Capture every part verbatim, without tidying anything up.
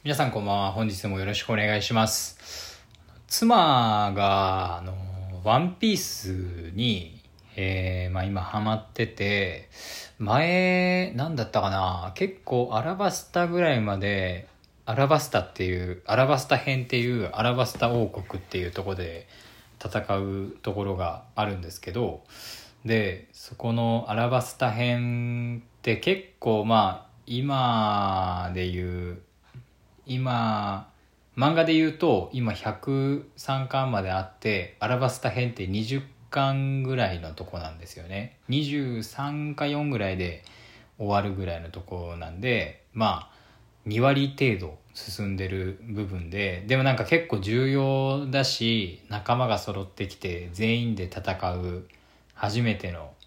皆さんこんばんは。本日もよろしくお願いします。妻があのワンピースに、えーまあ、今ハマってて、前なんだったかな、結構アラバスタぐらいまでアラバスタっていうアラバスタ編っていうアラバスタ王国っていうところで戦うところがあるんですけど、でそこのアラバスタ編って結構まあ今で言う今漫画で言うと今ひゃくさんかんまであって、アラバスタ編ってにじゅっかんぐらいのとこなんですよね。にじゅうさんかよんぐらいで終わるぐらいのとこなんで、まあに割程度進んでる部分で、でもなんか結構重要だし、仲間が揃ってきて全員で戦う初めての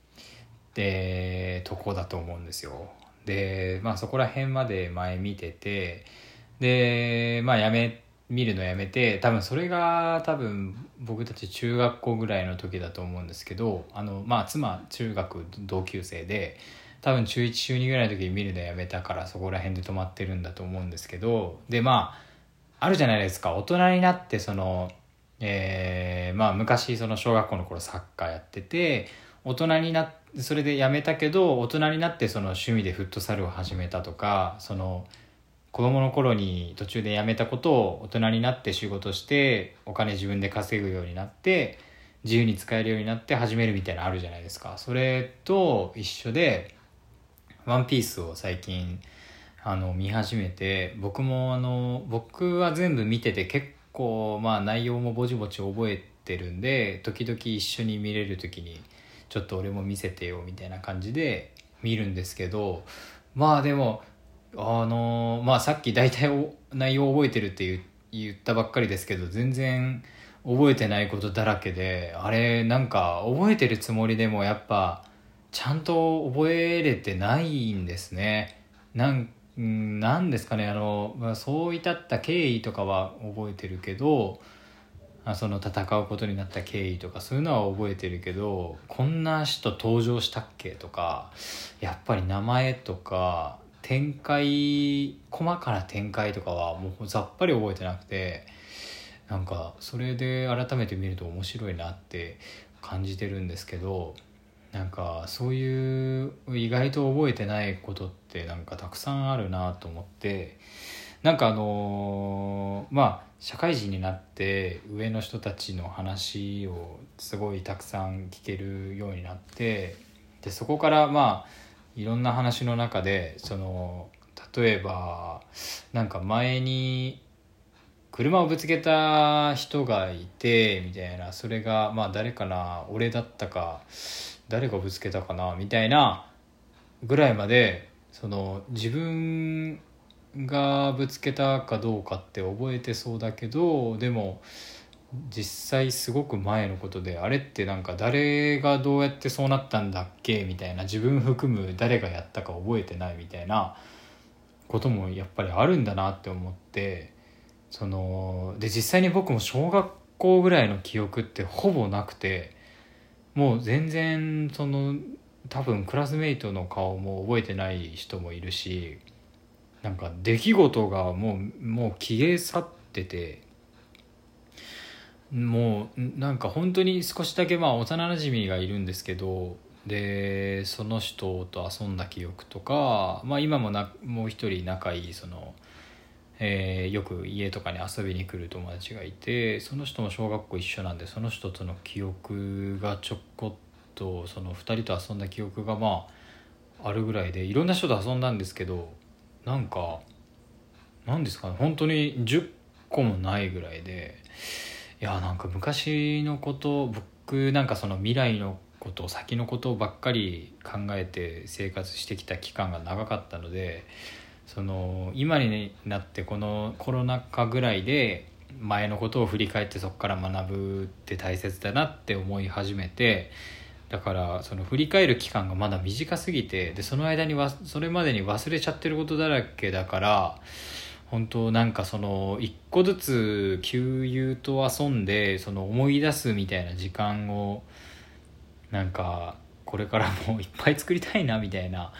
でとこだと思うんですよ。でまあそこら辺まで前見てて、でまあやめ見るのやめて、多分それが多分僕たち中学校ぐらいの時だと思うんですけど、あのまあ妻中学同級生で、多分中いち中にぐらいの時に見るのやめたから、そこら辺で止まってるんだと思うんですけど、でまああるじゃないですか、大人になってそのえー、まあ昔その小学校の頃サッカーやってて、大人になってそれでやめたけど、大人になってその趣味でフットサルを始めたとか、その子供の頃に途中で辞めたことを大人になって仕事してお金自分で稼ぐようになって自由に使えるようになって始めるみたいなのあるじゃないですか。それと一緒でワンピースを最近あの見始めて、僕もあの僕は全部見てて結構まあ内容もぼちぼち覚えてるんで、時々一緒に見れる時にちょっと俺も見せてよみたいな感じで見るんですけど、まあでもあのまあさっき大体内容覚えてるって言う言ったばっかりですけど、全然覚えてないことだらけで、あれなんか覚えてるつもりでもやっぱちゃんと覚えれてないんですね。なんうんなんですかね、あの、まあ、そう至った経緯とかは覚えてるけど、あその戦うことになった経緯とかそういうのは覚えてるけど、こんな人登場したっけとか、やっぱり名前とか展開、細かな展開とかはもうざっぱり覚えてなくて、なんかそれで改めて見ると面白いなって感じてるんですけど、なんかそういう意外と覚えてないことってなんかたくさんあるなと思って、なんかあのーまあ社会人になって上の人たちの話をすごいたくさん聞けるようになって、でそこからまあいろんな話の中で、その例えばなんか前に車をぶつけた人がいてみたいな、それがまあ誰かな、俺だったか誰がぶつけたかなみたいなぐらいまで、その自分がぶつけたかどうかって覚えてそうだけど、でも実際すごく前のことで、あれってなんか誰がどうやってそうなったんだっけみたいな、自分含む誰がやったか覚えてないみたいなこともやっぱりあるんだなって思って、そので実際に僕も小学校ぐらいの記憶ってほぼなくて、もう全然その多分クラスメイトの顔も覚えてない人もいるし、なんか出来事がもうもう消え去ってて、もうなんか本当に少しだけまあ幼なじみがいるんですけど、でその人と遊んだ記憶とか、まあ、今もなもう一人仲いいその、えーよく家とかに遊びに来る友達がいて、その人も小学校一緒なんで、その人との記憶がちょこっとそのふたりと遊んだ記憶がまああるぐらいで、いろんな人と遊んだんですけど、なんかなんですかね、本当にじゅっこもないぐらいで、いやなんか昔のこと、僕なんかその未来のこと先のことばっかり考えて生活してきた期間が長かったので、その今になってこのコロナ禍ぐらいで前のことを振り返ってそこから学ぶって大切だなって思い始めて、だからその振り返る期間がまだ短すぎて、でその間にわそれまでに忘れちゃってることだらけだから、本当なんかその一個ずつ旧友と遊んでその思い出すみたいな時間をなんかこれからもいっぱい作りたいなみたいな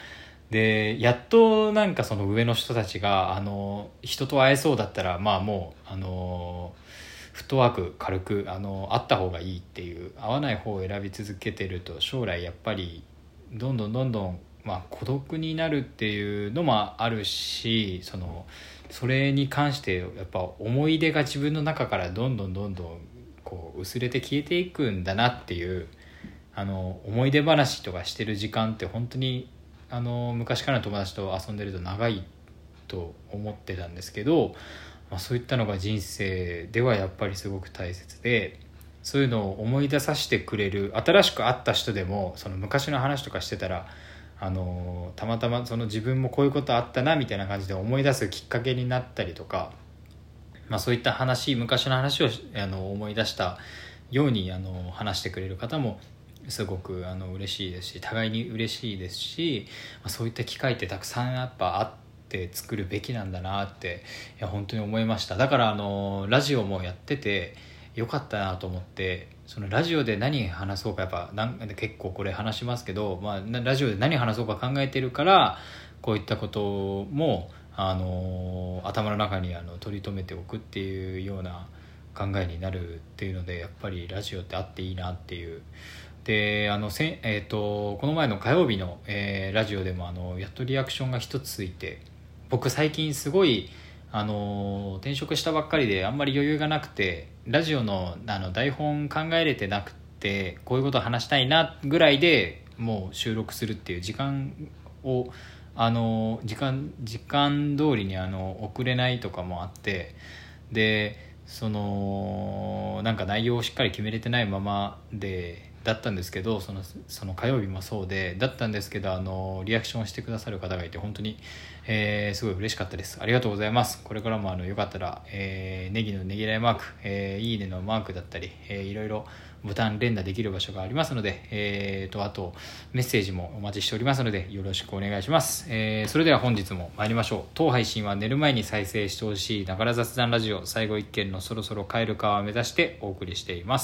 でやっとなんかその上の人たちがあの人と会えそうだったらまあもうあのフットワーク軽くあの会った方がいいっていう、会わない方を選び続けてると将来やっぱりどんどんどんどん、まあ、孤独になるっていうのもあるし、そのそれに関してやっぱ思い出が自分の中からどんどんどんどんこう薄れて消えていくんだなっていう、あの思い出話とかしてる時間って本当にあの昔からの友達と遊んでると長いと思ってたんですけど、まあ、そういったのが人生ではやっぱりすごく大切で、そういうのを思い出させてくれる、新しく会った人でもその昔の話とかしてたらあのたまたまその自分もこういうことあったなみたいな感じで思い出すきっかけになったりとか、まあ、そういった話、昔の話をあの思い出したようにあの話してくれる方もすごくあの嬉しいですし、互いに嬉しいですし、まあ、そういった機会ってたくさんやっぱあって作るべきなんだなっていや本当に思いました。だからあのラジオもやっててよかったなと思って、そのラジオで何話そうか、やっぱなん結構これ話しますけど、まあ、ラジオで何話そうか考えてるからこういったこともあの頭の中にあの取り留めておくっていうような考えになるっていうので、やっぱりラジオってあっていいなっていう。であのせ、えー、とこの前の火曜日の、えーラジオでもあのやっとリアクションが一つついて、僕最近すごいあの転職したばっかりであんまり余裕がなくて、ラジオの、あの台本考えれてなくて、こういうことを話したいなぐらいでもう収録するっていう時間をあの時間時間通りにあの送れないとかもあって、でそのなんか内容をしっかり決めれてないままでだったんですけど、そのその火曜日もそうでだったんですけど、あのリアクションしてくださる方がいて本当に、えーすごい嬉しかったです。ありがとうございます。これからもあのよかったら、えーネギのねぎらいマーク、えーいいねのマークだったり、えーいろいろボタン連打できる場所がありますので、えーとあとメッセージもお待ちしておりますのでよろしくお願いします。えーそれでは本日も参りましょう。当配信は寝る前に再生してほしいながら雑談ラジオ、最後一件のそろそろ帰るかを目指してお送りしています。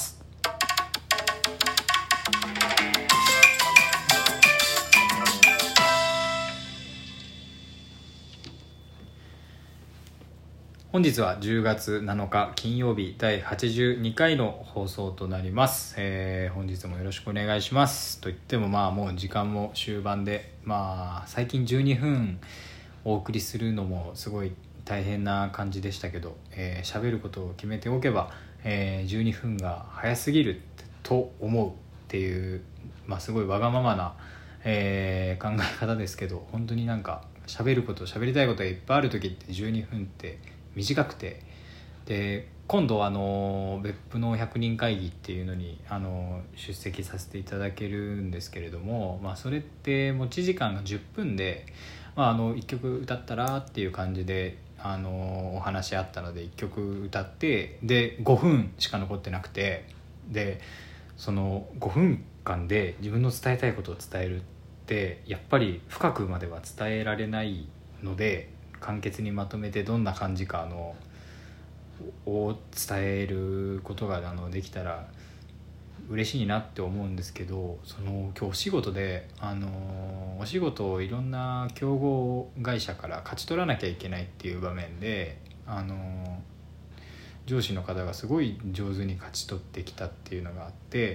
本日はじゅうがつなのか金曜日だいはちじゅうにかいの放送となります。えー本日もよろしくお願いします。といってもまあもう時間も終盤で、まあ最近じゅうにふんお送りするのもすごい大変な感じでしたけど、えー、喋ることを決めておけば、えーじゅうにふんが早すぎると思うっていう、まあすごいわがままな、えー考え方ですけど、本当になんか喋ること喋りたいことがいっぱいある時ってじゅうにふんって短くて、で今度あの別府のひゃくにん会議っていうのにあの出席させていただけるんですけれども、まあ、それって持ち時間がじゅっぷんで、まあ、あのいっきょく歌ったらっていう感じであのお話あったのでいっきょく歌って、でごふんしか残ってなくて、でそのごふんかんで自分の伝えたいことを伝えるってやっぱり深くまでは伝えられないので、簡潔にまとめてどんな感じかあのを伝えることがあのできたら嬉しいなって思うんですけど、その今日お仕事であのお仕事をいろんな競合会社から勝ち取らなきゃいけないっていう場面で、あの上司の方がすごい上手に勝ち取ってきたっていうのがあって、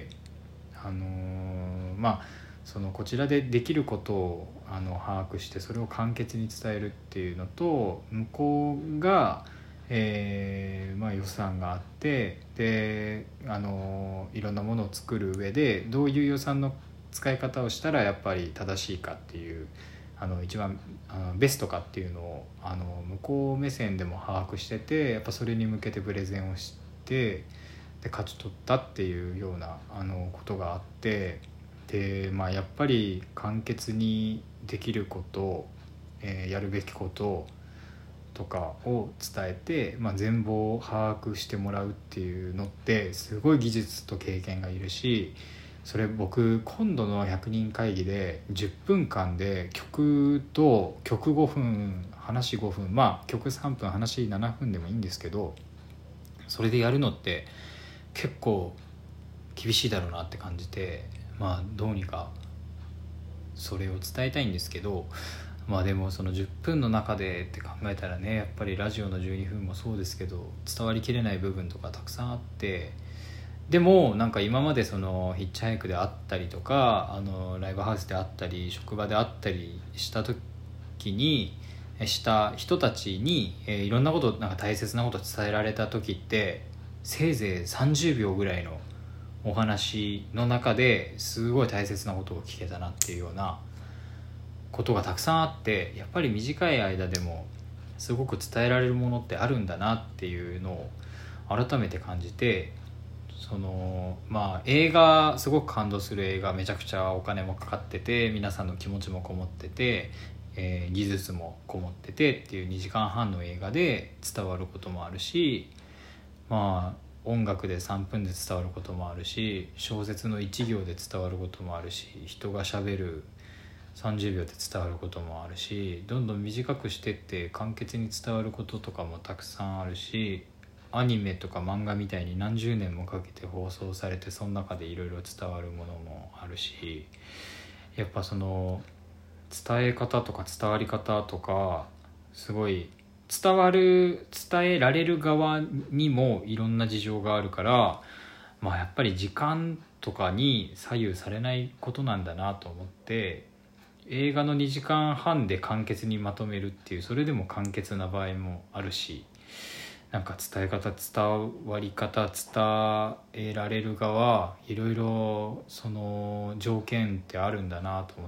あのまあそのこちらでできることをあの把握してそれを簡潔に伝えるっていうのと、向こうが、えーまあ、予算があって、であのいろんなものを作る上でどういう予算の使い方をしたらやっぱり正しいかっていう、あの一番あのベストかっていうのをあの向こう目線でも把握してて、やっぱそれに向けてプレゼンをしてで勝ち取ったっていうようなあのことがあって、で、まあ、やっぱり簡潔にできること、えーやるべきこととかを伝えて、まあ、全貌を把握してもらうっていうのってすごい技術と経験がいるし、それ僕今度のひゃくにん会議でじゅっぷんかんで曲と曲ごふん話ごふん、まあ曲さんぷん話ななふんでもいいんですけど、それでやるのって結構厳しいだろうなって感じて、まあどうにかそれを伝えたいんですけど、まあでもそのじゅっぷんの中でって考えたらね、やっぱりラジオのじゅうにふんもそうですけど伝わりきれない部分とかたくさんあって、でもなんか今までそのヒッチハイクであったりとか、あのライブハウスであったり職場であったりした時にした人たちに、えー、いろんなことなんか大切なこと伝えられた時って、せいぜいさんじゅうびょうぐらいのお話の中ですごい大切なことを聞けたなっていうようなことがたくさんあって、やっぱり短い間でもすごく伝えられるものってあるんだなっていうのを改めて感じて、そのまあ映画、すごく感動する映画、めちゃくちゃお金もかかってて皆さんの気持ちもこもってて、えー、技術もこもっててっていうにじかんはんの映画で伝わることもあるし、まあ音楽でさんぷんで伝わることもあるし、小説のいち行で伝わることもあるし、人がしゃべるさんじゅうびょうで伝わることもあるし、どんどん短くしてって簡潔に伝わることとかもたくさんあるし、アニメとか漫画みたいに何十年もかけて放送されて、その中でいろいろ伝わるものもあるし、やっぱその伝え方とか伝わり方とか、すごい伝わる伝えられる側にもいろんな事情があるから、まあやっぱり時間とかに左右されないことなんだなと思って、映画のにじかんはんで簡潔にまとめるっていう、それでも簡潔な場合もあるし、なんか伝え方、伝わり方、伝えられる側、いろいろその条件ってあるんだなと思って、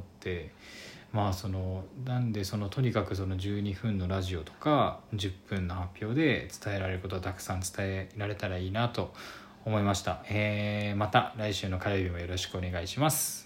まあそのなんでそのとにかくそのじゅうにふんのラジオとかじゅっぷんの発表で伝えられることをたくさん伝えられたらいいなと思いました。えー、また来週の火曜日もよろしくお願いします。